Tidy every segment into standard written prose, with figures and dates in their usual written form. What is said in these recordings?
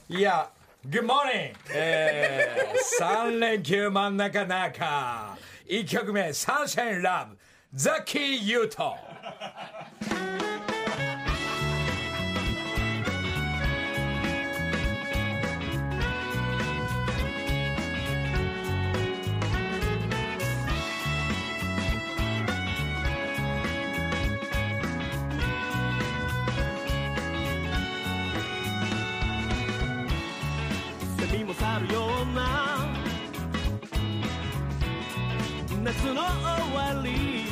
いや、Good morning、3連休真ん中1曲目、サンシャインラブ、ザッキー・ユート。 セミも去るような夏の終わり、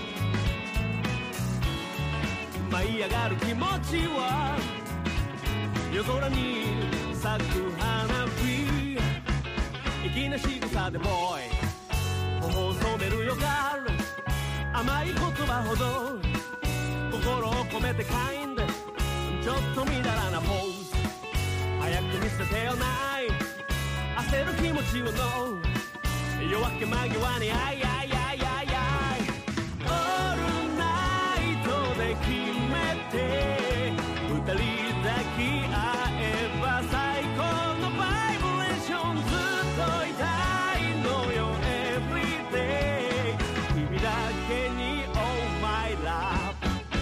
舞い上がる気持ちは夜空に咲く花火、粋な仕草でボーイ頬を染めるよガール、甘い言葉ほど心を込めてカインで、ちょっとみだらなポーズ早く見せてよない、焦る気持ちをの夜明け間際にアイアイアイアイアイ、オールナイトで決めて二人抱き合えば最高のバイブレーション、ずっといたいのよ Everyday 君だけに Oh my love。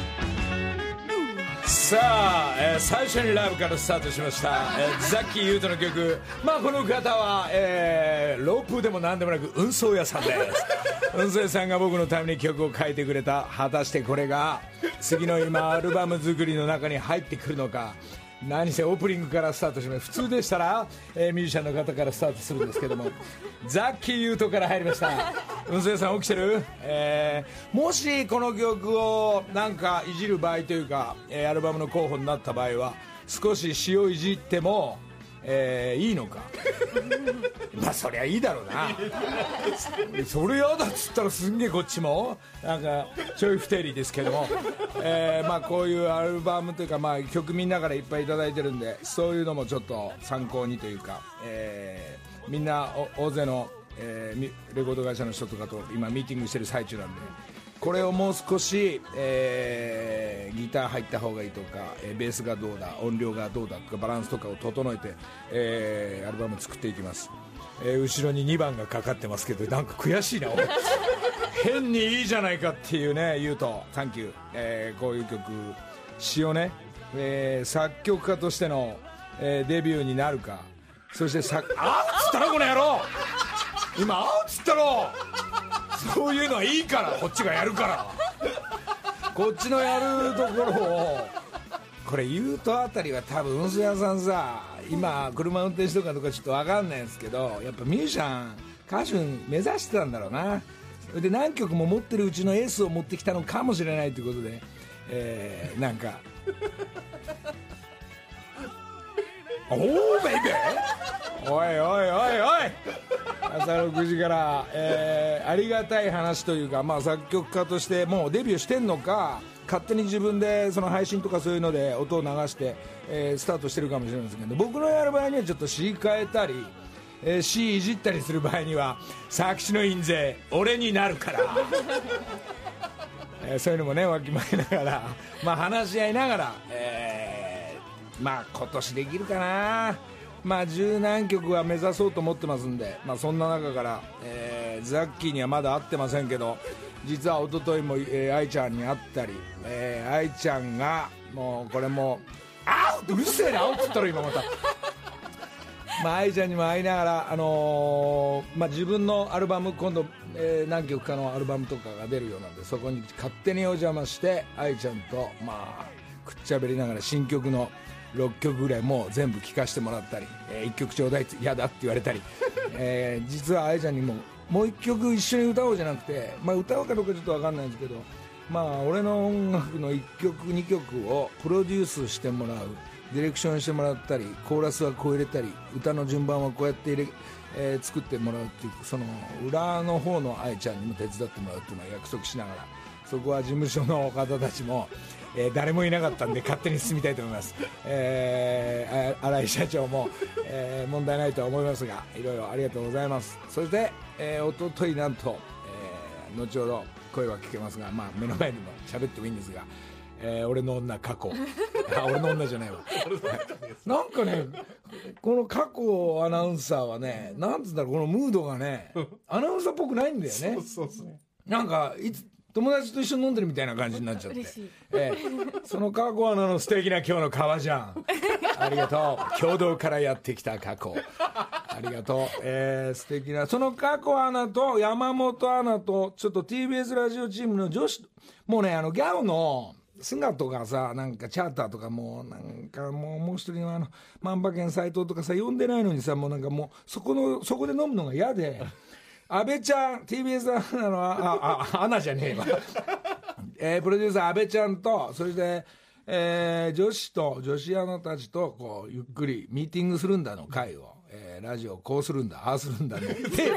さあ、最初にライブからスタートしました、ザッキー・ユートの曲。まあこの方は、ロープでも何でもなく運送屋さんです運送屋さんが僕のために曲を書いてくれた。果たしてこれが次の今アルバム作りの中に入ってくるのか。何せオープニングからスタートします。普通でしたら、ミュージシャンの方からスタートするんですけどもザッキー・ユートから入りました。運送屋さん起きてる、もしこの曲をなんかいじる場合というか、アルバムの候補になった場合は少し詩をいじっても、いいのかまあそりゃいいだろうなそれやだっつったらすんげえこっちもなんかちょい不定理ですけども、まあこういうアルバムというか、まあ曲みんなからいっぱいいただいてるんで、そういうのもちょっと参考にというか、みんな大勢の、レコード会社の人とかと今ミーティングしてる最中なんで、これをもう少し、ギター入った方がいいとか、ベースがどうだ、音量がどうだとかバランスとかを整えて、アルバム作っていきます。後ろに2番がかかってますけど、なんか悔しいな変にいいじゃないかっていうね。言うとサンキュー、こういう曲詩をね、作曲家としての、デビューになるか、そしてあっつったらこの野郎今あっつったろそういうのはいいからこっちがやるからこっちのやるところを、これ言うとあたりは多分運送屋さんさ、今車運転手とかちょっと分かんないんですけど、やっぱミュージシャン歌手目指してたんだろうな。で何曲も持ってるうちのエースを持ってきたのかもしれないということで、なんかおーベイベーおいおいおいおい朝6時から、ありがたい話というか、まあ、作曲家としてもうデビューしてんのか、勝手に自分でその配信とかそういうので音を流して、スタートしてるかもしれないですけど、僕のやる場合にはちょっと詩変えたり、詩いじったりする場合には作詞の印税俺になるから、そういうのもねわきまえながら、まあ、話し合いながら、まあ今年できるかな。まあ十何曲は目指そうと思ってますんで、まあそんな中から、ザッキーにはまだ会ってませんけど、実は一昨日も、愛ちゃんに会ったり、愛ちゃんがもうこれもうるせえなっつったら今またまあ愛ちゃんにも会いながら、まあ、自分のアルバム今度、何曲かのアルバムとかが出るようなんで、そこに勝手にお邪魔して愛ちゃんとまあくっちゃべりながら新曲の6曲ぐらいもう全部聴かせてもらったり、1曲ちょうだい嫌だって言われたり、実は愛ちゃんにもう1曲一緒に歌おうじゃなくて、まあ、歌おうかどうかちょっと分かんないんですけど、まあ、俺の音楽の1曲2曲をプロデュースしてもらう、ディレクションしてもらったり、コーラスはこう入れたり、歌の順番はこうやって作ってもらうっていう、その裏の方の愛ちゃんにも手伝ってもらうっていうのを約束しながら、そこは事務所の方たちも誰もいなかったんで勝手に進みたいと思います。新井社長も、問題ないとは思いますが、いろいろありがとうございます。そして、おとといなんと、後ほど声は聞けますが、まあ、目の前にも喋ってもいいんですが、俺の女過去俺の女じゃないわなんかねこの過去アナウンサーはね、なんつうんだろう、このムードがね、アナウンサーっぽくないんだよね。 そうなんか友達と一緒に飲んでるみたいな感じになっちゃって、その過去アナの素敵な今日の革ジャン、ありがとう。共同からやってきた過去、ありがとう。素敵なその過去アナと山本アナとちょっと TBS ラジオチームの女子、もうねギャオの菅とかさ、なんかチャーターとかもうなんかもう一人の万馬券斎藤とかさ呼んでないのにさ、もうなんかもうそこで飲むのが嫌で、安倍ちゃん TBS アナのアナじゃねえわプロデューサー安倍ちゃんと、それで、女子アナたちとこうゆっくりミーティングするんだの会を、ラジオこうするんだああするんだの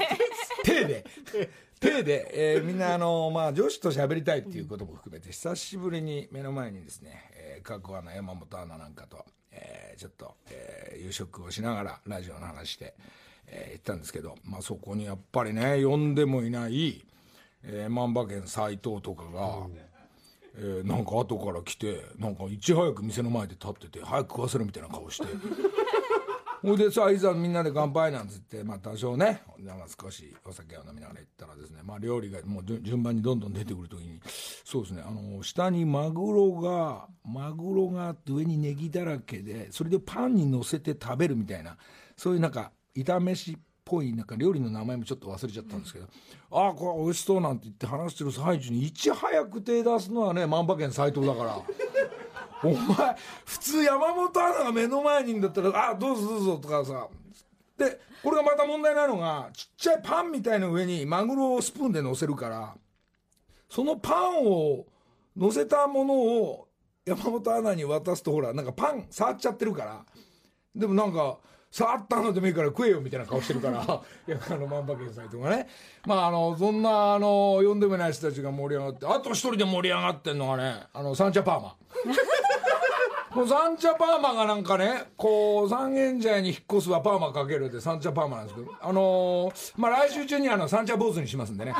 手で、みんな女子と喋りたいっていうことも含めて久しぶりに目の前にですね、過去アナ山本アナなんかと、ちょっと、夕食をしながらラジオの話で、行ったんですけど、そこにやっぱりね呼んでもいない万馬券斎藤とかが、なんか後から来て、なんかいち早く店の前で立ってて早く食わせるみたいな顔してほいでさ、いざみんなで乾杯なんつって、多少ね少しお酒を飲みながら行ったらですね、料理がもう順番にどんどん出てくるときに、そうですね、下にマグロがあって上にネギだらけで、それでパンに乗せて食べるみたいな、そういうなんか炒飯っぽいなんか料理の名前もちょっと忘れちゃったんですけど、これ美味しそうなんて言って話してる最中にいち早く手出すのはね万馬券斎藤だからお前普通山本アナが目の前にいるんだったらどうぞどうぞとかさ、でこれがまた問題なのが、ちっちゃいパンみたいな上にマグロをスプーンで乗せるから、そのパンを乗せたものを山本アナに渡すと、ほらなんかパン触っちゃってるから、でもなんか触ったのでもいいから食えよみたいな顔してるからいや万馬券斎藤がね、そんな呼んでもない人たちが盛り上がって、あと一人で盛り上がってんのがねサンチャパーマこのサンチャパーマがなんかね、こう三軒茶屋に引っ越すはパーマかけるでサンチャパーマなんですけど、来週中にサンチャ坊主にしますんでね、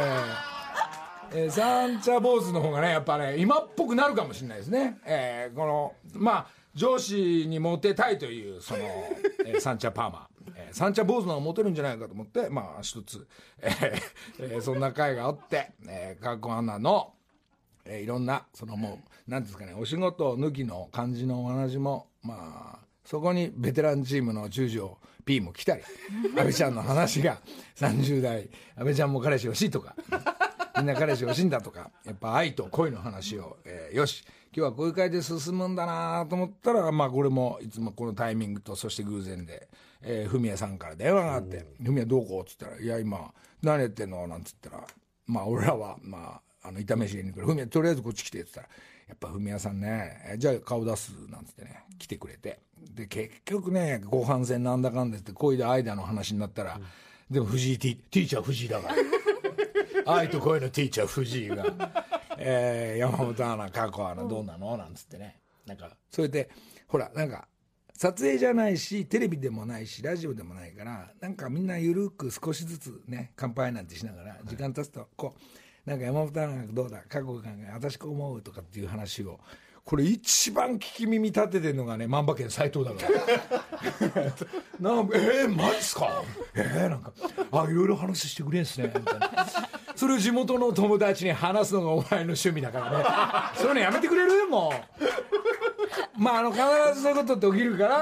サンチャ坊主の方がねやっぱね今っぽくなるかもしれないですね。この上司にモテたいというその、サンチャパーマ、サンチャ坊主の方がモテるんじゃないかと思って、一つ、そんな会があって、過去アナの、いろんなそのもうなんですかね、お仕事抜きの感じのお話もそこにベテランチームの中条 P も来たり安倍ちゃんの話が30代安倍ちゃんも彼氏欲しいとかみんな彼氏欲しいんだとか、やっぱ愛と恋の話を、よし今日はこういう会で進むんだなと思ったら、これもいつもこのタイミングとそして偶然で、フミヤさんから電話があって、フミヤどうこうっつったら、いや今何やってんのなんつったら、俺らは炒めしげに来る、フミヤとりあえずこっち来てって言ったら、やっぱフミヤさんね、じゃあ顔出すなんつってね来てくれて、で結局ね後半戦なんだかんだって恋で間の話になったら、でも藤井ティーチャー藤井だから愛と恋のティーチャー藤井が山本アナ過去アナどうなのなんつってね、なんかそれでほらなんか撮影じゃないしテレビでもないしラジオでもないから、なんかみんなゆるく少しずつね乾杯なんてしながら時間経つとこうなんか山本アナどうだ過去考え私こう思うとかっていう話を、これ一番聞き耳立ててるのがね万馬券斎藤だからマジっすかなんかいろいろ話してくれんすねみたいなそれを地元の友達に話すのがお前の趣味だからねそういうのやめてくれるもう必ずそういうことって起きるから、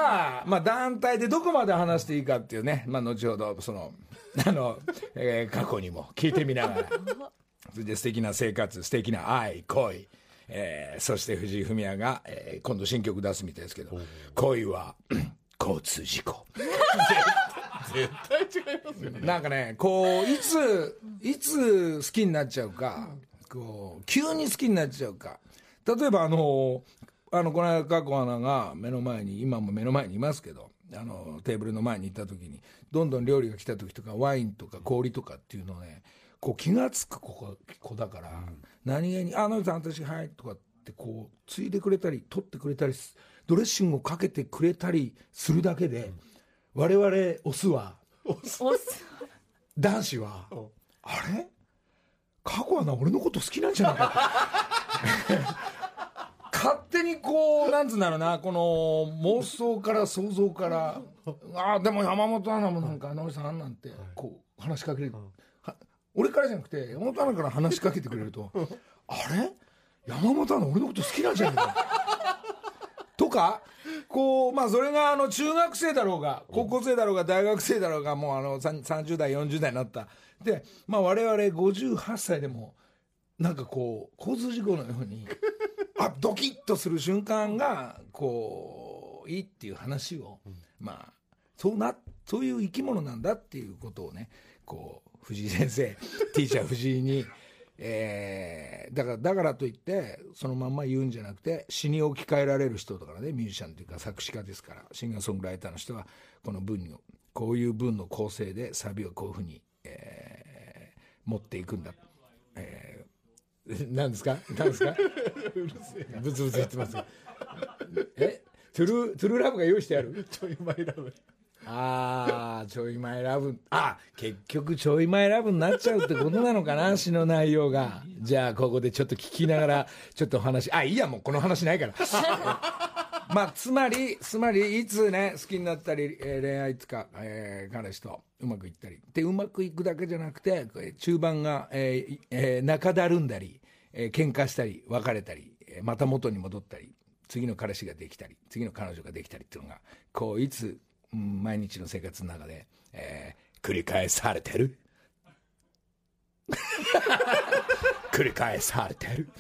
団体でどこまで話していいかっていうね、後ほどその過去にも聞いてみながらそれで素敵な生活、素敵な愛、恋、そして藤井フミヤが、今度新曲出すみたいですけど、恋は交通事故絶対違いますよね。 なんかねこういつ好きになっちゃうか、こう急に好きになっちゃうか、例えばこの間過去アナが目の前に、今も目の前にいますけど、テーブルの前に行った時にどんどん料理が来た時とかワインとか氷とかっていうのをねこう気がつく子だから、何気に野口さん私はいとかってこうついでくれたり取ってくれたりドレッシングをかけてくれたりするだけで、我々オスは男子はあれ過去は俺のこと好きなんじゃないか勝手にこうなんつうんだろうな、この妄想から想像からでも山本アナもなんか野口さんなんてこう話しかける、俺からじゃなくて山本アナから話しかけてくれるとあれ山本アナ俺のこと好きなんじゃないかとかこう、まあそれが中学生だろうが高校生だろうが大学生だろうがもう30代40代になったで、まあ我々58歳でもなんかこう交通事故のようにドキッとする瞬間がこういいっていう話を、まあそういう生き物なんだっていうことをね、こう藤井先生ティーチャー藤井に、だからといってそのまんま言うんじゃなくて、詩に置き換えられる人だからね、ミュージシャンというか作詞家ですから、シンガーソングライターの人はこの文をこういう文の構成でサビをこういうふうに、持っていくんだ、何ですかうるせえブツブツ言ってますがトゥルーラブが用意してあるちょいマイラブ、 ちょいマイラブ、結局ちょいマイラブになっちゃうってことなのかな詩の内容が。じゃあここでちょっと聞きながらちょっとお話いいや、もうこの話ないからまあつまりいつね好きになったり、恋愛とか、彼氏とうまくいったりで、うまくいくだけじゃなくて中盤が、仲だるんだり、喧嘩したり別れたり、また元に戻ったり、次の彼氏ができたり次の彼女ができたりっていうのがこういつ、毎日の生活の中で、繰り返されてる繰り返されてる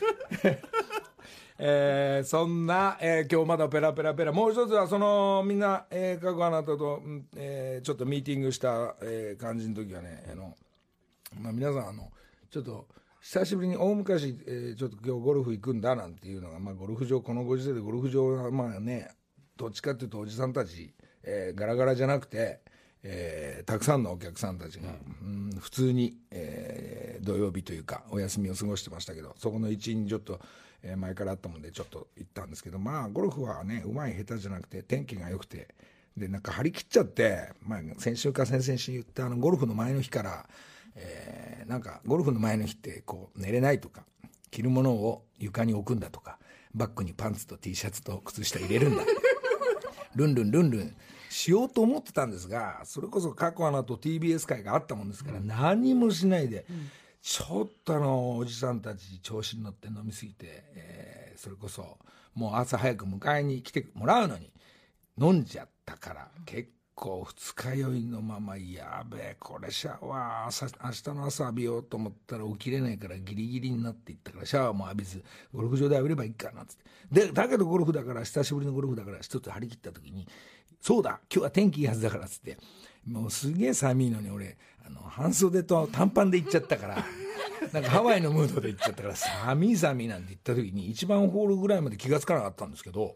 そんな、今日まだペラペラペラ。もう一つはそのみんな、各あなたと、ちょっとミーティングした、感じの時はね、皆さんちょっと久しぶりに大昔、ちょっと今日ゴルフ行くんだなんていうのが、ゴルフ場、このご時世でゴルフ場はまあね、どっちかっていうとおじさんたち、ガラガラじゃなくて、たくさんのお客さんたちが、普通に、土曜日というかお休みを過ごしてましたけど、そこの一員にちょっと、前からあったもんでちょっと行ったんですけど、ゴルフはねうまい下手じゃなくて天気が良くて、でなんか張り切っちゃって、先週か先々週言ったゴルフの前の日から、なんかゴルフの前の日ってこう寝れないとか、着るものを床に置くんだとか、バッグにパンツと T シャツと靴下入れるんだルンルンしようと思ってたんですが、それこそ過去アナと TBS 会があったもんですから、何もしないで、ちょっとおじさんたち調子に乗って飲みすぎて、それこそもう朝早く迎えに来てもらうのに飲んじゃったから、結構二日酔いのまま、やべえこれシャワー明日の朝浴びようと思ったら起きれないからギリギリになっていったから、シャワーも浴びずゴルフ場で浴びればいいかなっつって、でだけどゴルフだから、久しぶりのゴルフだから一つ張り切った時に、そうだ今日は天気いいはずだからっつって、もうすげえ寒いのに俺半袖と短パンで行っちゃったからなんかハワイのムードで行っちゃったから、寒いなんて言った時に1番ホールぐらいまで気がつかなかったんですけど、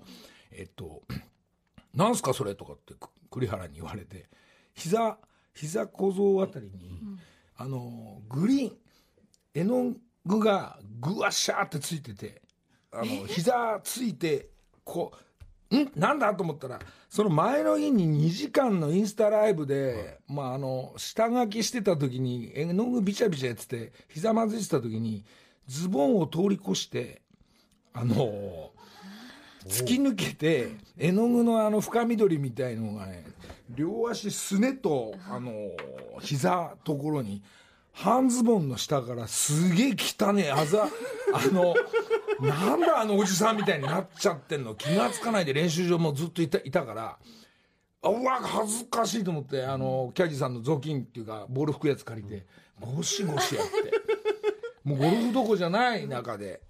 なんすかそれとかって栗原に言われて、膝小僧あたりに、グリーン絵の具がぐわっしゃーってついてて、膝ついてこうなんだと思ったら、その前の日に2時間のインスタライブで、下書きしてた時に絵の具ビチャビチャやってて膝まずいてた時に、ズボンを通り越して突き抜けて、絵の具の深緑みたいのがね、両足すねと膝ところに、半ズボンの下からすげえ汚ねえあざなんだおじさんみたいになっちゃってんの、気がつかないで練習場もずっといたから、うわ恥ずかしいと思って、キャディさんの雑巾っていうかボール拭くやつ借りてゴシゴシやって、もうゴルフどこじゃない中で、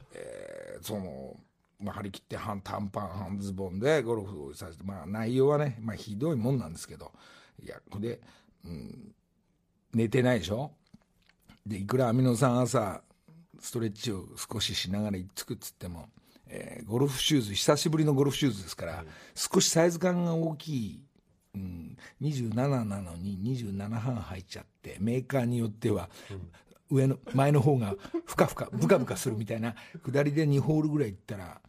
張り切って短パン半ズボンでゴルフをさせて、内容はね、ひどいもんなんですけど、いやこれで、寝てないでしょ。でいくらアミノ酸朝ストレッチを少ししながらいっつくっつっても、ゴルフシューズ、久しぶりのゴルフシューズですから、少しサイズ感が大きい、27なのに27半入っちゃって、メーカーによっては、前の方がブカブカするみたいな下りで2ホールぐらい行ったら、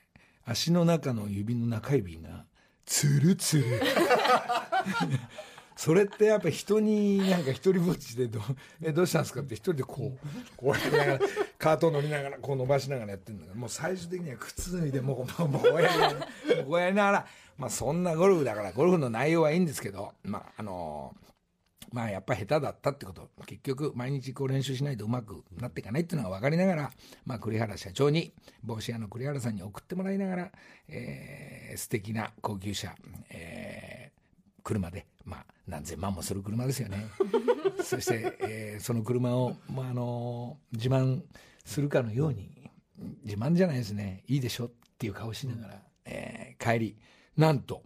足の中の指の中指がツルツルそれってやっぱ人になんか一人ぼっちでどうしたんですかって一人でこうやりながらカート乗りながらこう伸ばしながらやってるんだけど、もう最終的には靴脱いでもうこうやりながら、まあそんなゴルフだからゴルフの内容はいいんですけど、まあやっぱ下手だったってこと、結局毎日こう練習しないとうまくなっていかないっていうのが分かりながら、まあ栗原社長に帽子屋の栗原さんに送ってもらいながら、素敵な高級車、車で、まあ何千万もする車ですよねそして、その車を、自慢するかのように、自慢じゃないですね、いいでしょっていう顔しながら、帰りなんと、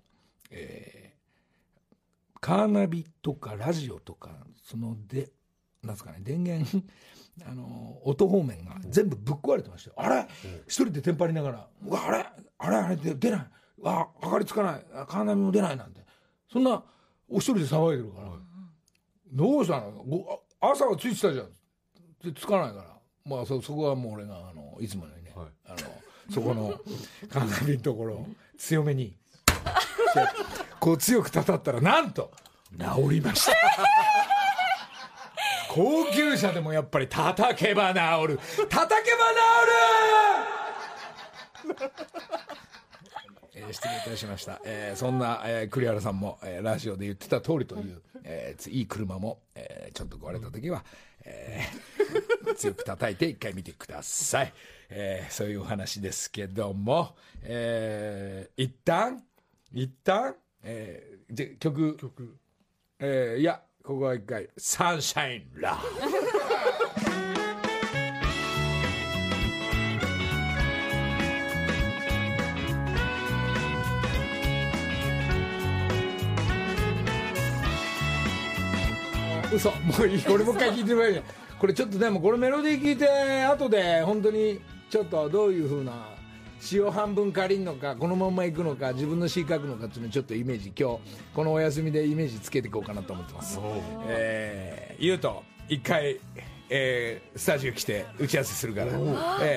カーナビとかラジオとかなんですかね、電源音方面が全部ぶっ壊れてましたよ。あれ、一人でテンパりながら、うわ、あれ出ない、明かりつかない、カーナビも出ないなんて、そんなお一人で騒いでるから、どうしたの、朝はついてたじゃん、つかないから、まあそこはもう俺がいつものようにね、そこのカーナビのところを強めにこう強く叩ったら、なんと治りました高級車でもやっぱり叩けば治る失礼いたしました。そんな、栗原さんも、ラジオで言ってた通りという、いい車も、ちょっと壊れた時は、強く叩いて一回見てください。そういうお話ですけども、一旦、曲、いや、ここは一回サンシャインラブ嘘、もういい、これもう一回聞いてもらえる。これちょっとでもこれメロディー聞いて後で本当にちょっとどういう風な詩を半分借りるのか、このまま行くのか、自分の詩書くのかっていうのをちょっとイメージ、今日このお休みでイメージつけていこうかなと思ってます。言うと一回、スタジオ来て打ち合わせするから、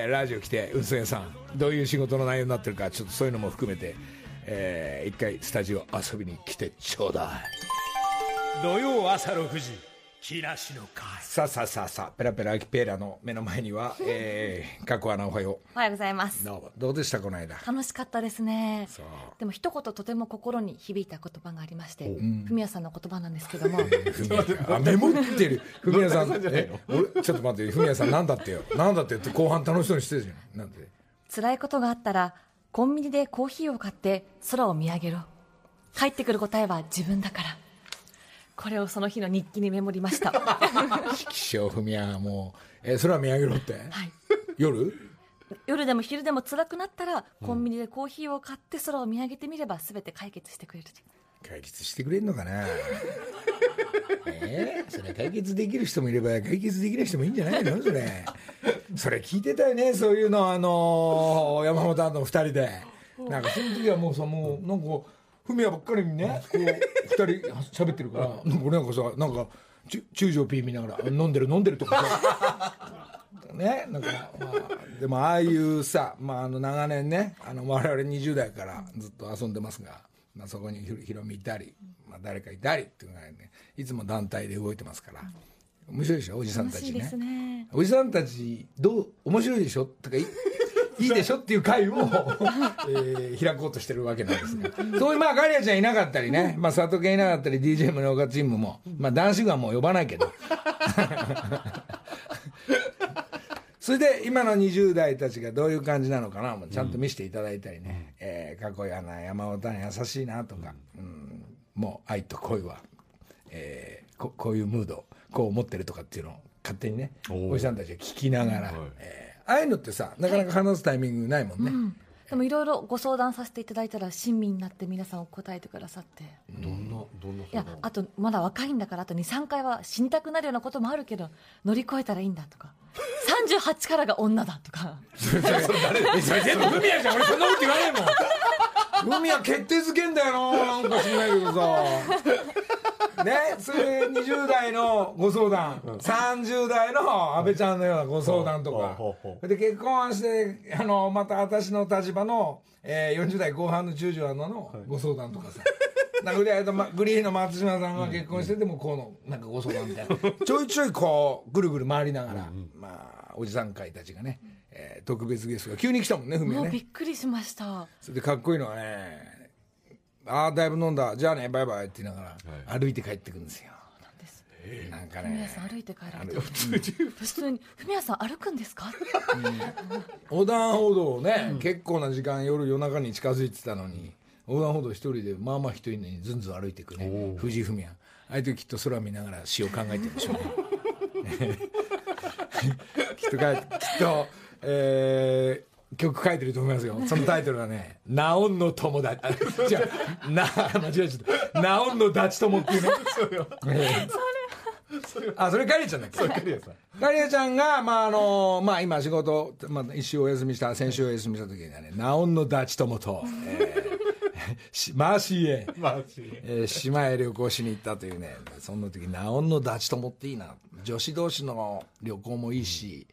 ラジオ来て運送屋さんどういう仕事の内容になってるか、ちょっとそういうのも含めて、一回スタジオ遊びに来てちょうだい。 土曜朝6時、木梨の会。 さあペラペラアキペーラの目の前には、過去アナおはよおはようございます。 どうでしたこの間。 楽しかったですね。 そうでも一言とても心に響いた言葉がありまして、フミヤさんの言葉なんですけどもメモってるフミヤさん俺ちょっと待って、フミヤさんなんだってって後半楽しそうにしてるじゃん。なんで辛いことがあったらコンビニでコーヒーを買って空を見上げろ、帰ってくる答えは自分だから。これをその日の日記にメモりました気象フミヤもう、空見上げろって、 はい、 夜でも昼でも辛くなったら、コンビニでコーヒーを買って空を見上げてみれば全て解決してくれる。 解決してくれんのかなそれ解決できる人もいれば解決できない人もいいんじゃないの。それ聞いてたよね、そういうの。山本の2人でなんかその時はもうなんかフミヤばっかりにね、こう2人喋ってるから、俺なんかさ、なんか中条 P 見ながら飲んでるとかさね、なんか、でもああいうさ、長年ね、我々20代からずっと遊んでますが、そこにヒロミいたり、誰かいたりっていうのがね、いつも団体で動いてますから、面白いでしょおじさんたちね。 楽しいですね。 おじさんたち面白いでしょとかいいでしょっていう会を、開こうとしてるわけなんですが、そういうガリアちゃんいなかったりね、佐藤健いなかったり DJ 宗岡チームも、男子軍はもう呼ばないけどそれで今の20代たちがどういう感じなのかなもちゃんと見せていただいたりね、かっこいいな、山本は優しいなとか、もう愛と恋は、こういうムードこう思ってるとかっていうのを勝手にね、おじさんたちが聞きながら、ああいうのってさ、なかなか話すタイミングないもんね、 でもいろいろご相談させていただいたら親身になって皆さん答えてくださって、 どんないや、あとまだ若いんだからあと 2,3 回は死にたくなるようなこともあるけど乗り越えたらいいんだとか、38からが女だとかそれ全部フミヤじゃん。俺そんなこと言わないもんフミヤ決定づけんだよな、なんか知んないけどさね、それ20代のご相談、30代の安倍ちゃんのようなご相談とか、で結婚してまた私の立場の、40代後半の中女アナのご相談とかさなんかグリーンの松島さんが結婚しててもこのなんかご相談みたいなちょいちょいこうぐるぐる回りながら、まあおじさん会たちがね、特別ゲストが急に来たもんね、ふみやね。 もうびっくりしました。 それでかっこいいのはね、ああだいぶ飲んだ、じゃあねバイバイって言いながら歩いて帰ってくるんですよ。なんかね、 フミヤさん歩いて帰られてる。普通にフミヤさん歩くんですか？ 横断歩道をね、結構な時間夜中に近づいてたのに横断歩道一人でまあまあ一人にずんずん歩いていくね、藤井フミヤ。ああいう時きっと空見ながら詩を考えてるでしょうねきっと曲書いてると思いますよ。そのタイトルはね「ナオンの友達」違う間違えちゃった「ナオンのダチ友」っていうねそれカリアちゃんだっけ。それカリアちゃんが、まあ今仕事、一週お休みした、先週お休みした時にはね、ナオンのダチ友と、マーシーへ島へ旅行しに行ったというね。その時ナオンのダチ友っていいな、女子同士の旅行もいいし、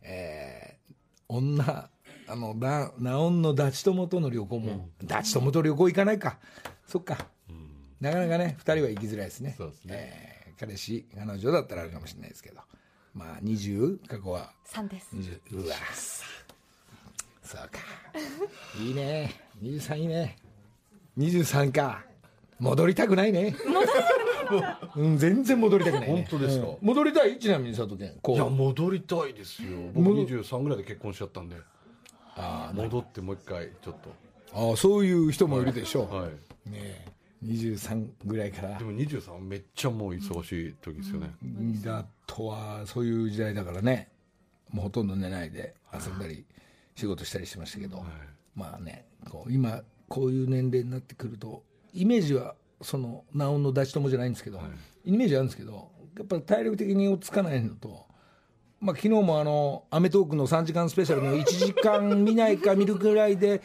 ナオンのダチ友との旅行も、ダチ友と旅行行かないか、そっか、なかなかね2人は行きづらいですね。 そうですね。 彼女だったらあるかもしれないですけど、まあ20過去は 3です。 うわそうかいいね、23いいね。23か、戻りたくないね。全然戻りたくないね。 本当ですか。 戻りたい。ちなみに佐藤健、 いや戻りたいですよ。僕23ぐらいで結婚しちゃったんで、戻ってもう一回ちょっと。 そういう人もいるでしょう、 はいねえ、23ぐらいから。 でも23めっちゃもう忙しい時ですよね。 だとはそういう時代だからね、もうほとんど寝ないで遊んだり仕事したりしてましたけど、まあね、今こういう年齢になってくるとイメージはそのナオンのダチ友じゃないんですけど、イメージあるんですけど、やっぱ体力的に追っつかないのと、まあ、昨日もアメトーークの3時間スペシャルの1時間見ないか見るぐらいで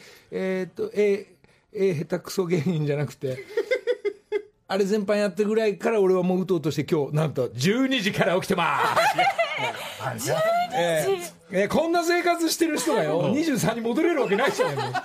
下手くそ芸人じゃなくてあれ全般やってるぐらいから俺はもううとうとして今日なんと12時から起きてます12時、こんな生活してる人がよ23に戻れるわけないじゃないもう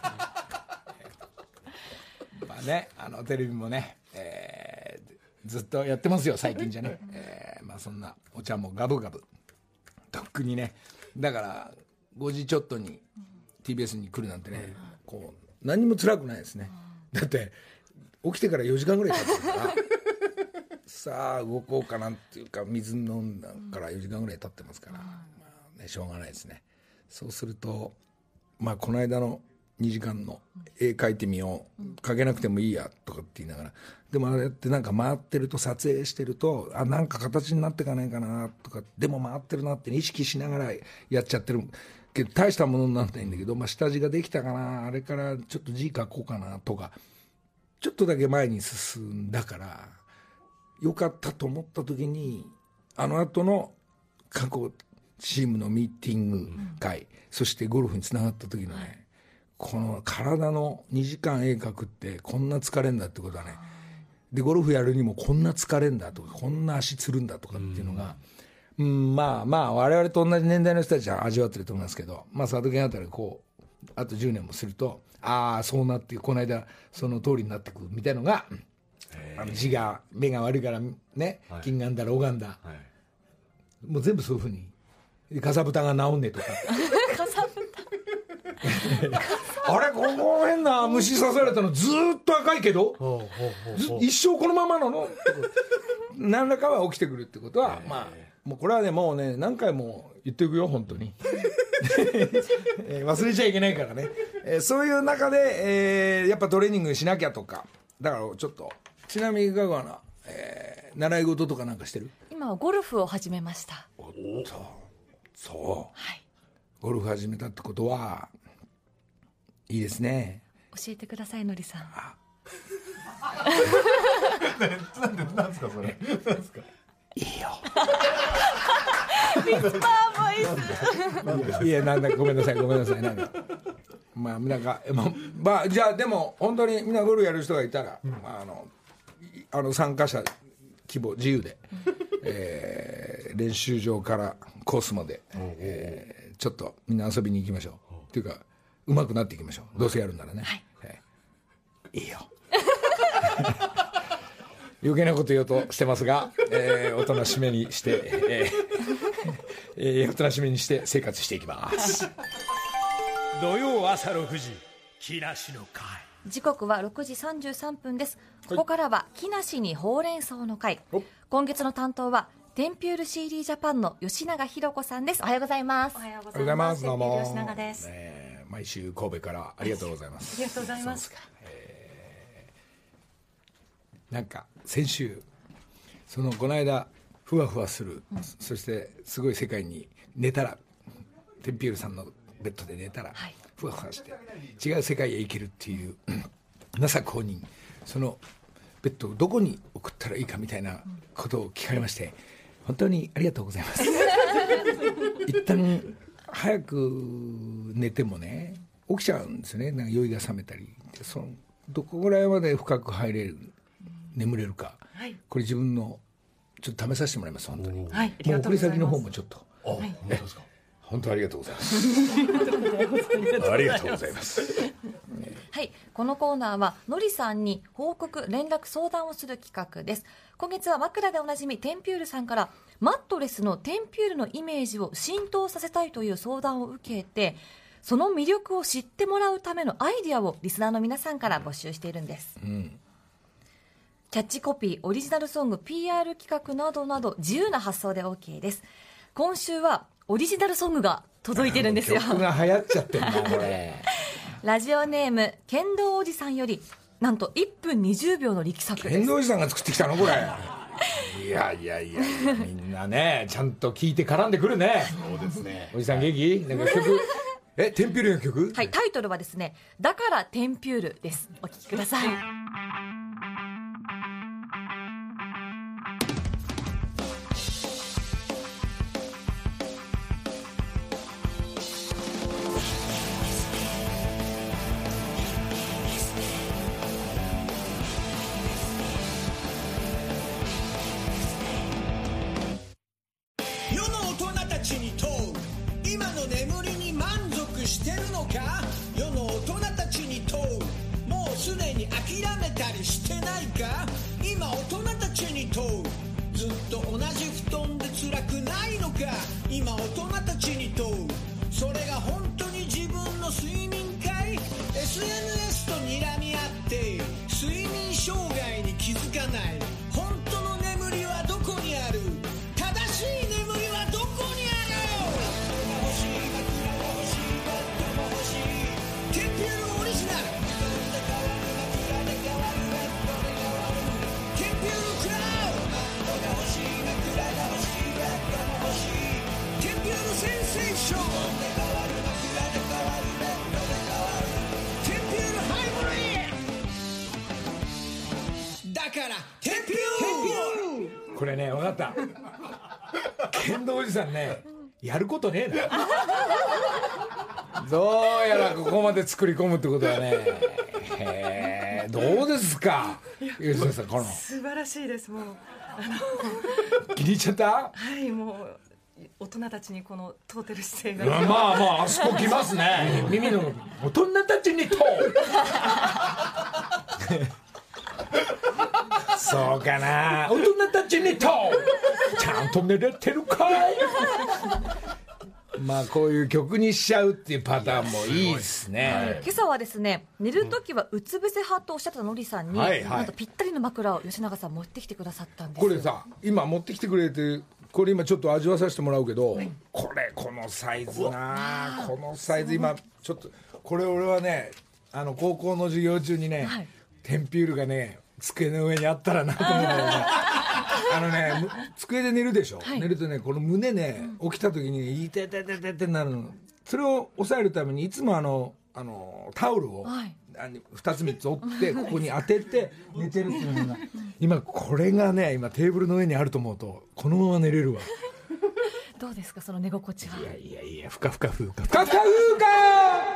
まあね、テレビもね、ずっとやってますよ最近じゃね、まあそんなお茶もガブガブとっくにね、だから5時ちょっとに TBS に来るなんてね、こう何も辛くないですね。だって起きてから4時間ぐらい経ってるからさあ動こうかなんていうか、水飲んだから4時間ぐらい経ってますから、まあね、しょうがないですね。そうするとまあこの間の2時間の絵描いてみよう、描けなくてもいいやとかって言いながら、でもあれやってなんか回ってると、撮影してるとなんか形になっていかないかなとか、でも回ってるなって意識しながらやっちゃってるけど大したものになってないんだけど、まあ、下地ができたかな、あれからちょっと字書こうかなとか、ちょっとだけ前に進んだからよかったと思った時に、後の過去チームのミーティング会、そしてゴルフにつながった時のね、この体の2時間絵描くってこんな疲れんだってことはね、でゴルフやるにもこんな疲れんだとか、こんな足つるんだとかっていうのが、まあ我々と同じ年代の人たちは味わってると思いますけど、まあ佐渡県あたりこうあと10年もすると、ああそうなってこの間その通りになってくるみたいのが、字が目が悪いからね、金眼だろ拝んだ、もう全部そういうふうに、かさぶたが治んねえとかかさぶあれこの変な虫刺されたのずーっと赤いけど一生このままなの何らかは起きてくるってことは、まあもうこれはね、もうね何回も言っていくよ本当に忘れちゃいけないからね、そういう中で、やっぱトレーニングしなきゃとか、だからちょっと、ちなみにいかがな、習い事とかなんかしてる？ 今はゴルフを始めました。 そう、 はい、 ゴルフ始めたってことはいいですね。 教えてください、のりさん。 なんですかそれ。なんですか。 いいよウィスパーボイス。 いや、なんだ、ごめんなさいなんかまあなんか、まあじゃあでも本当にみんなゴルフやる人がいたら、まあ、参加者規模自由で、練習場からコースまで、ちょっとみんな遊びに行きましょうっていうか、上手くなっていきましょう、どうせやるんならね、いいよ余計なこと言おうとしてますが、おとなしめにして、おとなしめにして生活していきます。 土曜朝6時木梨の会。 時刻は6時33分です。ここからは木梨にほうれん草の会。今月の担当はテンピュール CD ジャパンの吉永ひろ子さんです。おはようございます。 おはようございます。 どうも吉永です。 毎週神戸からありがとうございます。 ありがとうございます。 なんか先週この間ふわふわする、そしてすごい世界に寝たらテンピュールさんのベッドで寝たら、ふわふわして違う世界へ行けるっていうNASA 公認、そのベッドをどこに送ったらいいかみたいなことを聞かれまして、本当にありがとうございます。一旦早く寝てもね起きちゃうんですよね。なんか酔いが覚めたり、どこぐらいまで深く入れる、眠れるか、これ自分のちょっと試させてもらいます。本当に、もう送り先の方もちょっと、 本当ですか。 本当ありがとうございます。ありがとうございます。 はい、このコーナーはのりさんに報告連絡相談をする企画です。今月は枕でおなじみテンピュールさんからマットレスのテンピュールのイメージを浸透させたいという相談を受けて、その魅力を知ってもらうためのアイディアをリスナーの皆さんから募集しているんです。キャッチコピー、オリジナルソング、 PR 企画などなど自由な発想で OK です。今週はオリジナルソングが届いてるんですよ。 曲が流行っちゃってるなこれ。 ラジオネーム剣道おじさんより、なんと1分20秒の力作です。 剣道おじさんが作ってきたのこれ。いやみんなねちゃんと聞いて絡んでくるね。 そうですね。 おじさん元気？なんか曲テンピュールの曲？ はい、タイトルはですね、だからテンピュールです。お聞きください。 世の大人たちに問う、今の眠りに満足してるのか。世の大人たちに問う、もうすでに諦めたりしてないか。今大人たちに問う、ずっと同じ布団で辛くないのか。今大人たちに問う、それが本当に自分の睡眠かい。 SNS と睨み合って睡眠障害に気づかない。本当の眠りはどこにある。正しい眠りはどこにある。欲しい枕が欲しい、ベッドも欲しい。テンピュールオリジナル。枕で変わる、ベッドで変わる。テンピュールクラウド。枕が欲しい、枕が欲しい、ベッドも欲しい。テンピュールセンセーション。で変わる、枕で変わる、ベッドで変わる。テンピュールハイブリッド。だからテンピュール。 これね分かった。剣道おじさんねやることねえな。どうやらここまで作り込むってことはね。どうですか吉田さん。この素晴らしいです。もう気に入っちゃった。 はいもう大人たちにこの問うてる姿勢が。 まああそこ来ますね。耳の大人たちに問う。そうかな。大人たちに問う。ちゃんと寝れてるかい。まあこういう曲にしちゃうっていうパターンもいいですね。 今朝はですね、寝るときはうつ伏せ派とおっしゃってたのりさんに、なんとぴったりの枕を吉永さん持ってきてくださったんですよ。 これさ今持ってきてくれて、これ今ちょっと味わさせてもらうけど、このサイズな、このサイズ今ちょっとこれ俺はね高校の授業中にね、テンピュールがね机の上にあったらなと思うんだよね。机で寝るでしょ、寝るとねこの胸ね起きた時にいててててってなるの。それを抑えるためにいつもタオルを、2つ3つ折ってここに当てて寝てるっていうのが今これがね今テーブルの上にあると思うとこのまま寝れるわ。 どうですかその寝心地は。 いやふかふか風かふかふか風か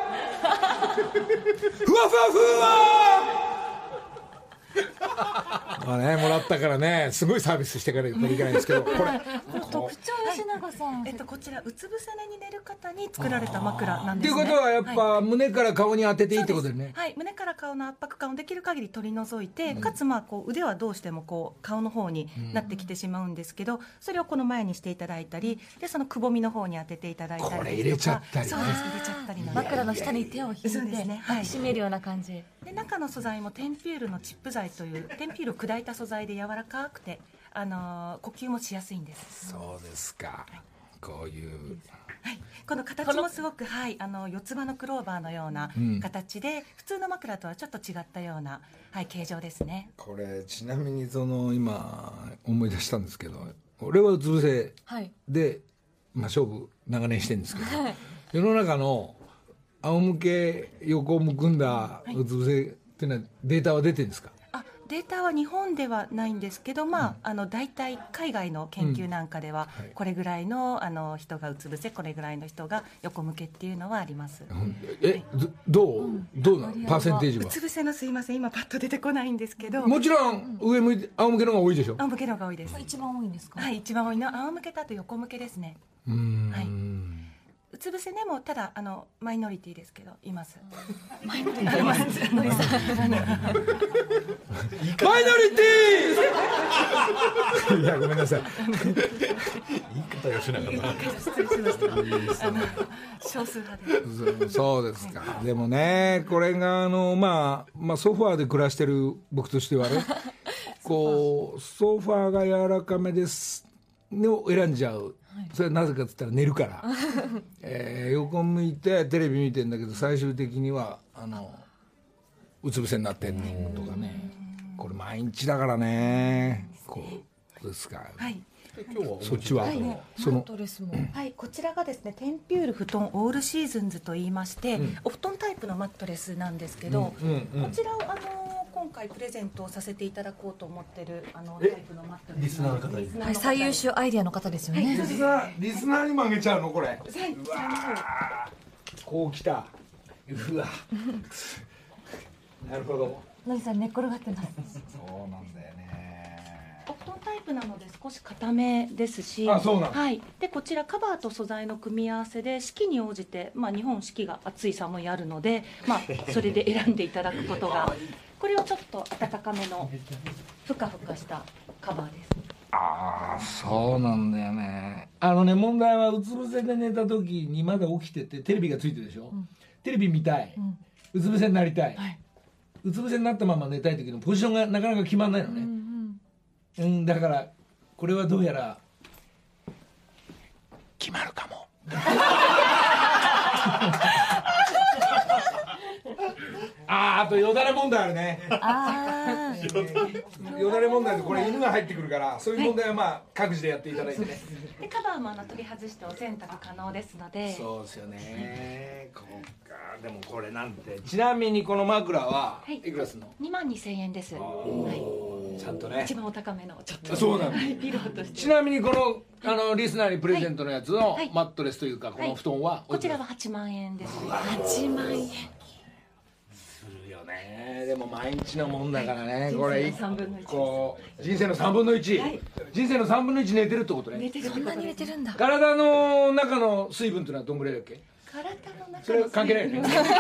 ふわふわ風はまあね、もらったからね、すごいサービスしていかないといけないんですけど、これ特徴吉永さん、 こちらうつ伏せ寝に寝る方に作られた枕なんってですね。 いうことはやっぱ胸から顔に当てていいってことだよね。 はい、胸から顔の圧迫感をできる限り取り除いて、かつまあこう腕はどうしてもこう顔の方になってきてしまうんですけど、それをこの前にしていただいたりで、そのくぼみの方に当てていただいたりですとか、 これ入れちゃったりねそうです、入れちゃったりなんで枕の下に手を引いてそうですね、はい、 締めるような感じで中の素材もテンピュールのチップ材というテンピュールを砕いた素材で柔らかくて、呼吸もしやすいんです。 そうですか、こういう、 はい、この形もすごく、はい、四つ葉のクローバーのような形で、普通の枕とはちょっと違ったような、はい、形状ですね。 これちなみに今思い出したんですけど、俺はうつ伏せで、まあ、勝負長年してるんですけど、世の中の仰向け横をむくんだうつ伏せっていうのはデータは出てるんですか？ データは日本ではないんですけど、まあ、大体海外の研究なんかでは、これぐらいの、人がうつ伏せ、これぐらいの人が横向けっていうのはあります。 どうなのパーセンテージは？ うつ伏せの、すいません、今パッと出てこないんですけど、 もちろん上向いて仰向けの方が多いでしょ？ 仰向けの方が多いです。 一番多いんですか？ はい、一番多いのは仰向けとあと横向けですね。はい、うつ伏せでもただマイノリティですけどいます。マイノリティマイノリティいやごめんなさい。 言い方がしなかった。 失礼しました。少数派で。 そうですか。でもね、これがまあソファーで暮らしてる僕としてはね、こうソファーが柔らかめですを選んじゃう。それはなぜかっつったら寝るから、横向いてテレビ見てんだけど最終的にはうつ伏せになってんのとかね、これ毎日だからね。こうですか。 はい。 今日はそっちは、 マットレスも、 はい、こちらがですねテンピュール布団オールシーズンズと言いまして、お布団タイプのマットレスなんですけど、こちらを今回プレゼントをさせていただこうと思ってるタイプのマットレス、 リスナーの方に、 はい、最優秀アイデアの方ですよね。 リスナーにもあげちゃうのこれ。 はい、 うわこうきた。うわなるほど。 のりさん寝っ転がってます。 そうなんだよね。 お布団タイプなので少し固めですし、 そうなん、 はい、でこちらカバーと素材の組み合わせで四季に応じて、まあ、日本四季が暑い寒いあるので、まあ、それで選んでいただくことがこれをちょっと暖かめのふかふかしたカバーです。 そうなんだよね。問題はうつ伏せで寝た時にまだ起きててテレビがついてるでしょ、テレビ見たい、うつ伏せになりたい、うつ伏せになったまま寝たい時のポジションがなかなか決まんないのね、だからこれはどうやら決まるかも。あとよだれ問題あるね。よだれ問題でこれ犬が入ってくるからそういう問題はまあ各自でやっていただいてね。 でカバーも取り外してお洗濯可能ですので。 そうですよね。こうか。でもこれなんてちなみにこの枕はいくらするの ？22,000円です。はい。 ちゃんとね。 一番お高めのちょっと。 そうなんだ。 ピローとして。 ちなみにこのリスナーにプレゼントのやつのマットレスというかこの布団はこちらは8万円です。 8万円。 でも毎日のもんだからね、これ 3分の1 こう人生の3分の1、人生の3分の1寝てるってことね。 寝てるってそんなことです。 に寝てるんだ。 体の中の水分っていうのはどんぐらいだっけ？ 体の中それは関係ないよね。関係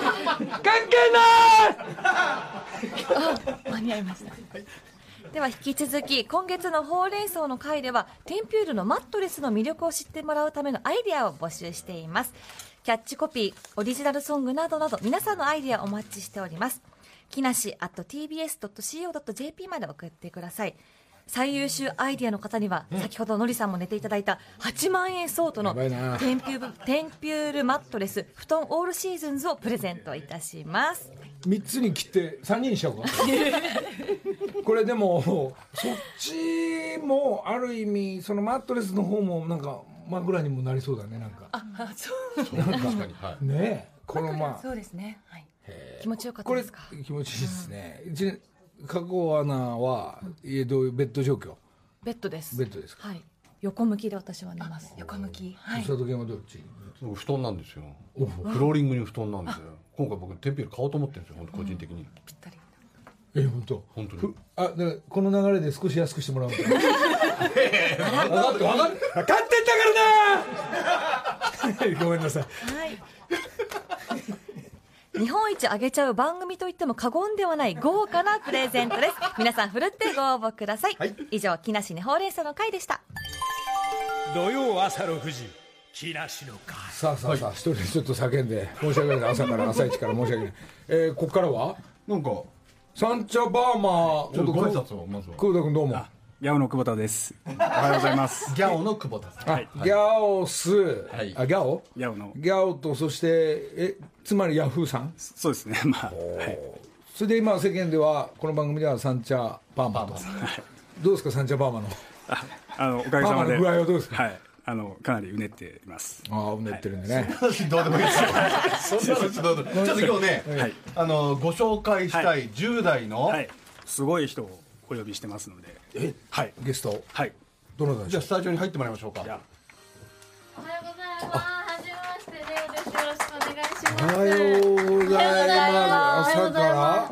ない間に合いました。では引き続き今月のほうれん草の回ではテンピュールのマットレスの魅力を知ってもらうためのアイデアを募集しています。キャッチコピー、オリジナルソングなどなど皆さんのアイデアお待ちしております。木梨@tbs.co.jp まで送ってください。最優秀アイデアの方には、先ほどのりさんも寝ていただいた8万円相当のテンピュールマットレス布団オールシーズンズをプレゼントいたします。 3つに切って3人にしちゃおうか。これでもそっちもある意味そのマットレスの方もなんか枕にもなりそうだね。なんかそう確かに、はい、 ねえこのそうですね。はい。 気持ちよかったですか？ これ気持ちいいですね。加古アナは家どういうベッド状況？ ベッドです。 ベッドですか？ はい。横向きで私は寝ます。 横向き。はい。 佐藤健はどっち？ 布団なんですよ。フローリングに布団なんで、今回僕テンピュール買おうと思ってるんですよ。本当個人的に。 ぴったり。 本当本当にだからこの流れで少し安くしてもらうんだ分かってんだからなごめんなさい。 日本一あげちゃう番組といっても過言ではない豪華なプレゼントです。皆さんふるってご応募ください。以上、木梨にほうれん草の会でした。 土曜朝6時木梨の会。 さあ一人でちょっと叫んで申し訳ない。朝一から申し訳ない。ここからはなんかサンチャバーマー、 ちょっとご挨拶をまずは。 久保田君どうも。 ギャオの久保田です。おはようございます。 ギャオの久保田さん。 ギャオス、ギャオギャオの。 ギャオと、そしてつまりヤフーさん。 そうですね。まあ、 それで今世間ではこの番組ではサンチャバーマと。どうですかサンチャバーマの。 おかげさまで。 バーマの具合はどうですか。 はい。かなりうねっています。 うねってるんでね。 どうでもいいですよ。そんな話どうでも。ちょっと今日ね、ご紹介したい10代のすごい人をお呼びしてますので。 ゲスト。 はい。 どなたでしょう。 じゃあスタジオに入ってもらいましょうか。 おはようございます。はじめまして、レオです。よろしくお願いします。 おはようございます。朝から。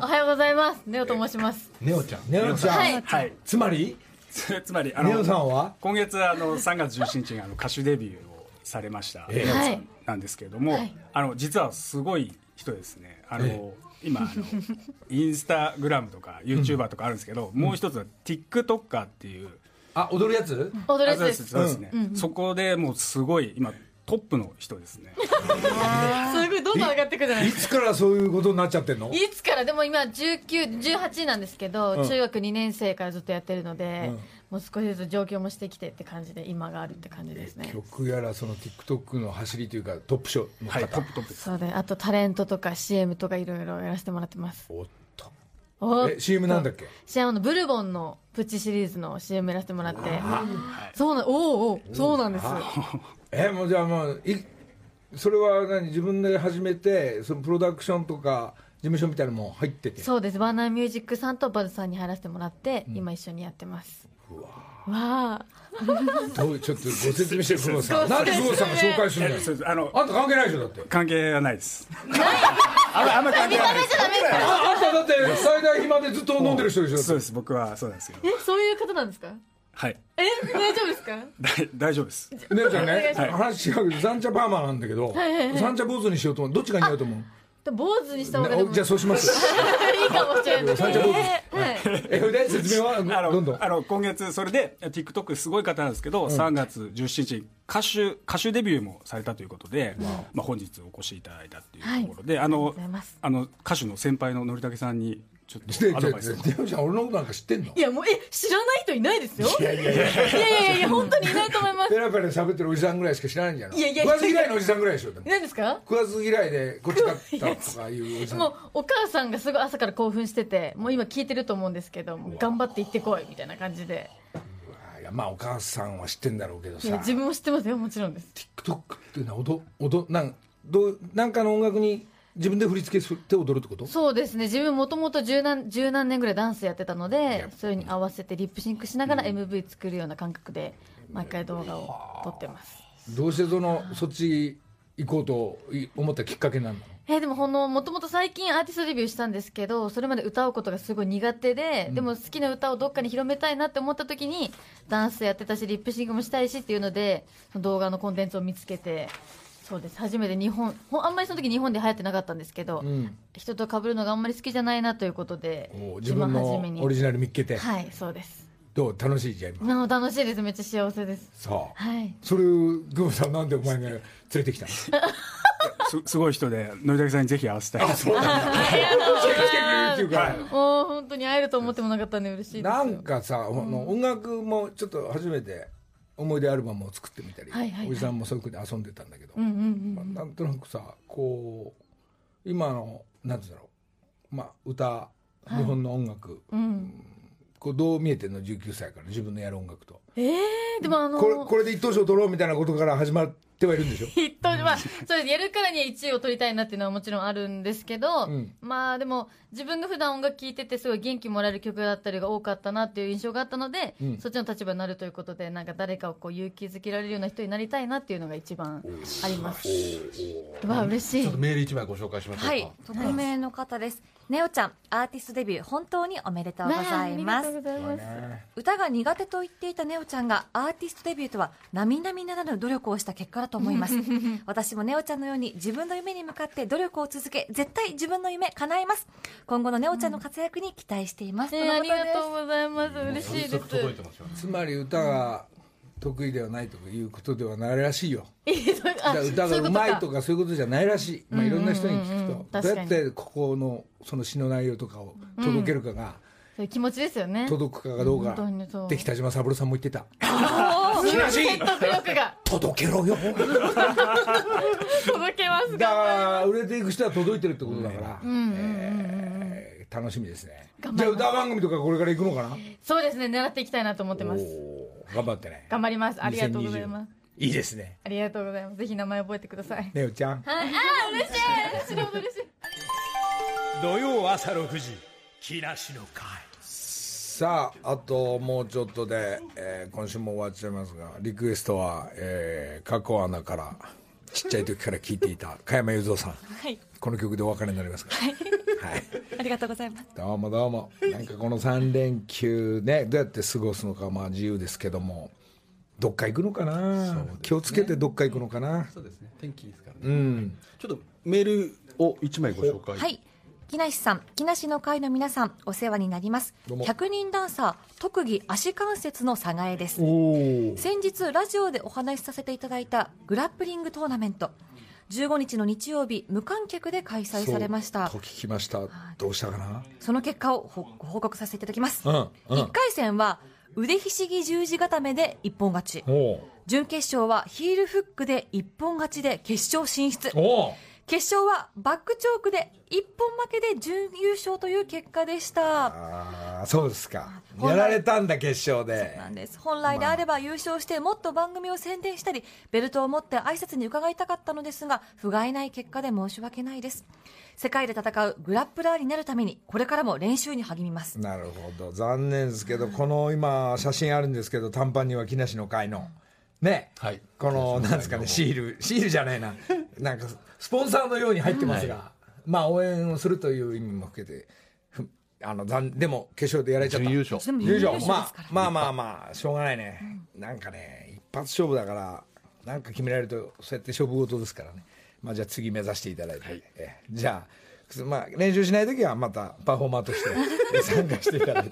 おはようございます。レオと申します。 ネオちゃん。 ネオちゃん。 はい。 つまりネオさんは今月3月17日に歌手デビューをされましたネオさんなんですけれども、実はすごい人ですね。今インスタグラムとか YouTuber とかあるんですけど、もう一つは TikToker っていう踊るやつそうですね。そこでもうすごい今トップの人ですね。 すごいどんどん上がってくるじゃないですか。 いつからそういうことになっちゃってんの？ いつからでも今19、18なんですけど、中学2年生からずっとやってるので、もう少しずつ上京もしてきてって感じで今があるって感じですね。 曲やらその TikTok の走りというかトップ賞の方。 トップです。 そうで、あとタレントとか CM とかいろいろやらせてもらってます。 おっと。CM なんだっけ ？CM のブルボンのプチシリーズの CM やらせてもらって、そうなんです。 もうじゃあそれは自分で始めてそのプロダクションとか事務所みたいなのも入ってて。 そうです。ワーナーミュージックさんとバズさんに入らせてもらって、今一緒にやってます。わちょっとご説明して久保さん。なんで久保さんが紹介するんだよ。あんた関係ないでしょだって。 関係はないです。 あんま関係ない。 あんただって最大暇でずっと飲んでる人でしょ。 そうです。僕はそうなんですけど。 そういう方なんですか？ はい。 大丈夫ですか？ 大丈夫です。 ねちゃんね、話違うけどサンチャパーマなんだけど、サンチャ坊主にしようと思う。どっちが似合うと思う？ 坊主にした方がでもじゃあそうします。 いいかもしれない。 サンチャ坊主。で説明はどんどん。 今月それで TikTok すごい方なんですけど、3月17日歌手デビューもされたということで、本日お越しいただいたっていうところで、歌手の先輩ののりたけさんにちょっとアドバイスを。 でもちゃん俺のことなんか知ってんの？ いやもう知らない人いないですよ。いや本当にいないと思います。 ペラペラ喋ってるおじさんぐらいしか知らないんじゃない？ いや食わず嫌いのおじさんぐらいでしょ。 何ですか？ 食わず嫌いでこっち買ったとかいうおじさん。 もうお母さんがすごい朝から興奮してて、もう今聞いてると思うんですけど、頑張って行ってこいみたいな感じで。 いやお母さんは知ってんだろうけどさ。 自分も知ってますよ。もちろんです。 TikTok っていうのはなんかの音楽に自分で振り付けして踊るってこと？そうですね。自分もともと十何年ぐらいダンスやってたので、それに合わせてリップシンクしながら MV 作るような感覚で毎回動画を撮ってます。 どうしてそっち行こうと思ったきっかけなの？ でももともと最近アーティストデビューしたんですけど、それまで歌うことがすごい苦手で、でも好きな歌をどっかに広めたいなって思った時にダンスやってたしリップシンクもしたいしっていうので、その動画のコンテンツを見つけて。そうです。初めてあんまりその時日本で流行ってなかったんですけど、人と被るのがあんまり好きじゃないなということで、 自分のオリジナル見っけて。 はい、そうです。 どう楽しいじゃん今？ 楽しいです。めっちゃ幸せです。 そう。 はい。 それを久保さんなんでお前が連れてきたの？ すごい人でのりたけさんにぜひ会わせたい。 そうなんだ。来てくれるっていうか。 もう本当に会えると思ってもなかったんで嬉しいです。 なんかさ、音楽もちょっと初めて。思い出アルバムを作ってみたり、おじさんもそういうふうに遊んでたんだけど、なんとなくさこう今のなんていうんだろう、歌、日本の音楽、こうどう見えてるの？19歳から自分のやる音楽と。 でもこれで一等賞取ろうみたいなことから始まってはいるんでしょ。 一等まあそうですやるからには1位を取りたいなっていうのはもちろんあるんですけど、まあでも自分が普段音楽聴いててすごい元気もらえる曲だったりが多かったなっていう印象があったので、そっちの立場になるということで、なんか誰かをこう勇気づけられるような人になりたいなっていうのが一番あります。わあ嬉しい。 ちょっとメール1枚ご紹介しましょうか。 はい、匿名の方です。ネオちゃん、アーティストデビュー本当におめでとうございます。歌が苦手と言っていたネオちゃんがアーティストデビューとは並々ならぬ努力をした結果だと思います。私もネオちゃんのように自分の夢に向かって努力を続け、絶対自分の夢叶えます。今後のネオちゃんの活躍に期待しています。 ありがとうございます。嬉しいです。 つまり歌が得意ではないということではないらしいよ。歌がうまいとかそういうことじゃないらしい。いろんな人に聞くと、どうやってここのその詩の内容とかを届けるかが、 そういう気持ちですよね。 届くかどうか。で北島三郎さんも言ってた。 説得力が届けろよ。 届けます。 だから売れていく人は届いてるってことだから。楽しみですね。じゃあ歌番組とかこれから行くのかな。 そうですね、狙っていきたいなと思ってます。 頑張ってね。 頑張ります。ありがとうございます。 いいですね。 ありがとうございます。ぜひ名前覚えてください。 ネオちゃん。 はい、嬉しい。嬉しい。 土曜朝6時、木梨の会。 さあ、あともうちょっとで、今週も終わっちゃいますが、リクエストは、過去アナからちっちゃい時から聴いていた加山雄三さん、 はい、 この曲でお別れになりますから、はい、 ありがとうございます。 どうもどうも。なんかこの3連休ね、どうやって過ごすのかまあ自由ですけども、どっか行くのかな、ね、気をつけてどっか行くのかな。 そうですね、天気いいですからね、ちょっとメールを1枚ご紹介。 はい、木梨さん、木梨の会の皆さん、お世話になります。100人ダンサー特技足関節の佐賀江です。先日ラジオでお話しさせていただいたグラップリングトーナメント、15日の日曜日無観客で開催されました。 と聞きました。どうしたかな。 その結果をご報告させていただきます。1回戦は腕ひしぎ十字固めで一本勝ち、準決勝はヒールフックで一本勝ちで決勝進出、決勝はバックチョークで一本負けで準優勝という結果でした。 あ、そうですか。やられたんだ、決勝で。 そうなんです。本来であれば優勝してもっと番組を宣伝したりベルトを持って挨拶に伺いたかったのですが、不甲斐ない結果で申し訳ないです。世界で戦うグラップラーになるためにこれからも練習に励みます。 なるほど、残念ですけど、この今写真あるんですけど、短パンには木梨の会のね、はい、このなんですかね、シールじゃないな、なんかスポンサーのように入ってますが、まあ応援をするという意味も含めて、でも決勝でやられちゃった。優勝、まあしょうがないね、なんかね一発勝負だから、なんか決められるとそうやって勝負事ですからね。まあじゃあ次目指していただいて、じゃあまあ練習しないときはまたパフォーマーとして参加していただいて、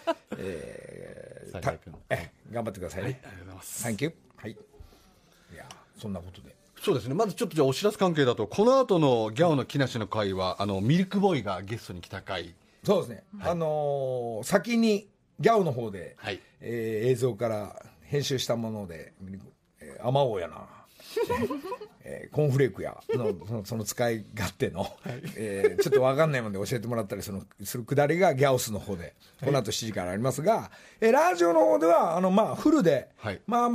頑張ってくださいね。 はい、ありがとうございます。 サンキュー。はい。いや、そんなことで。 そうですね。まずちょっとじゃあお知らせ関係だと、この後のギャオの木梨の会はミルクボーイがゲストに来た回。 そうですね。先にギャオの方で、映像から編集したもので、あまおうやな。コーンフレークやその使い勝手の、ちょっと分かんないもんで教えてもらったりするくだりがギャオスの方でこの後7時からありますが、ラジオの方ではまあフルで、ま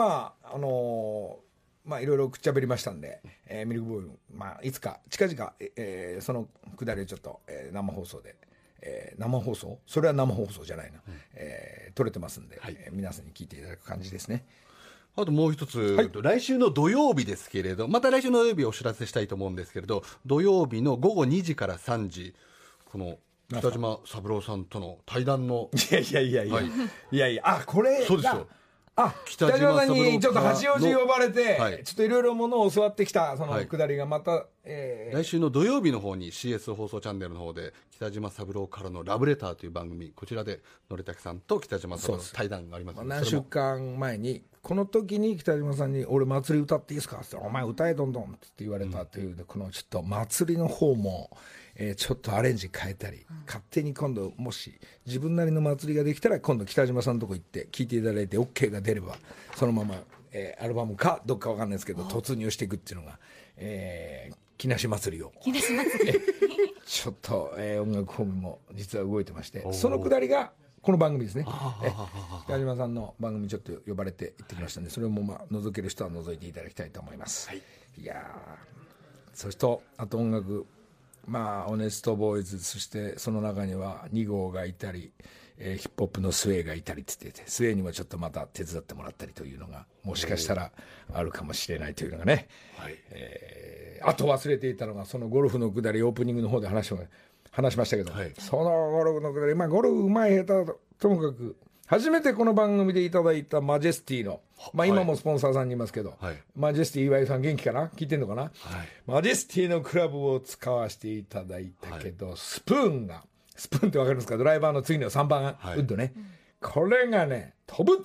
あいろいろくっちゃべりましたんで、ミルクボーイ、まあ、いつか近々、そのくだりをちょっと、生放送で、生放送、それは生放送じゃないな、撮れてますんで、皆さんに聞いていただく感じですね。 あともう一つ、来週の土曜日ですけれど、また来週の土曜日お知らせしたいと思うんですけれど、土曜日の午後2時から3時、この北島三郎さんとの対談の、 いや、あ、これそうですよ。 北島さんにちょっと八王子呼ばれて、ちょっといろいろものを教わってきたそのくだりがまた、 来週の土曜日の方に CS 放送チャンネルの方で北島三郎からのラブレターという番組、こちらでのりたけさんと北島さんの対談がありますので、 何週間前にこの時に北島さんに俺祭り歌っていいですかって言ったら、お前歌えどんどんって言われたという、このちょっと祭りの方もちょっとアレンジ変えたり、勝手に今度もし自分なりの祭りができたら、今度北島さんのとこ行って聴いていただいて OK が出れば、そのまま、アルバムかどっかわかんないですけど突入していくっていうのが、木梨祭りをちょっと、音楽ホームも実は動いてまして、そのくだりがこの番組ですね。北島さんの番組ちょっと呼ばれて行ってきましたんで、それも覗ける人は覗いていただきたいと思います。いやそしてあと音楽、オネストボーイズ、そしてその中には2号がいたり、ヒップホップのスウェーがいたりって言ってて、スウェーにもちょっとまた手伝ってもらったりというのがもしかしたらあるかもしれないというのがね、あと忘れていたのが、そのゴルフのくだりオープニングの方で話しましたけど、そのゴルフのくだり、ゴルフうまい下手ともかく初めてこの番組でいただいたマジェスティの、今もスポンサーさんにいますけど、マジェスティ岩井さん元気かな、聞いてんのかな、マジェスティのクラブを使わせていただいたけど、スプーンってわかるんですか、ドライバーの次の3番ウッドね、これがね飛ぶ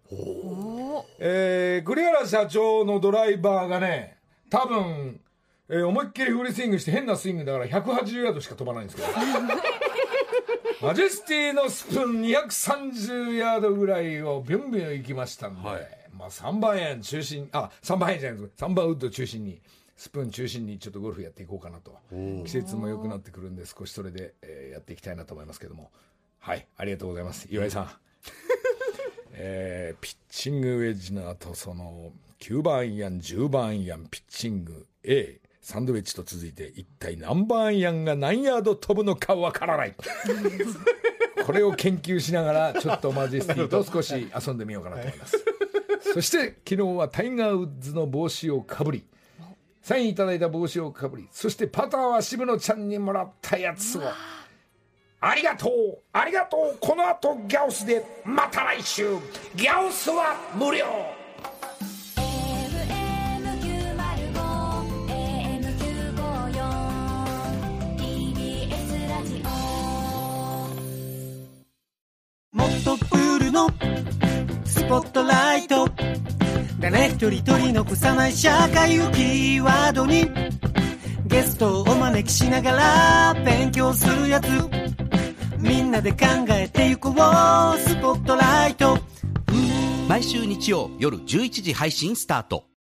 栗原社長のドライバーがね、多分、思いっきりフルスイングして変なスイングだから180ヤードしか飛ばないんですけどマジェスティのスプーン230ヤードぐらいをビュンビュン行きましたんで、3番アイアン中心、3番アイアンじゃないです、3番ウッド中心に、スプーン中心にちょっとゴルフやっていこうかなと。季節も良くなってくるんで、少しそれで、やっていきたいなと思いますけども、ありがとうございます岩井さんピッチングウェッジの後、その9番アイアン10番アイアンピッチング A サンドウェッジと続いて、一体何番アイアンが何ヤード飛ぶのかわからないこれを研究しながらちょっとマジェスティと少し遊んでみようかなと思いますそして昨日はタイガー・ウッズの帽子をかぶり、サインいただいた帽子をかぶり、そしてパターは渋野ちゃんにもらったやつを、ありがとうこの後ギャオスでまた来週、ギャオスは無料。 もっとプールのスポットライト、誰一人取り残さない社会をキーワードに、ゲストをお招きしながら勉強するやつ、みんなで考えてゆこうスポットライト。 毎週日曜夜11時配信スタート。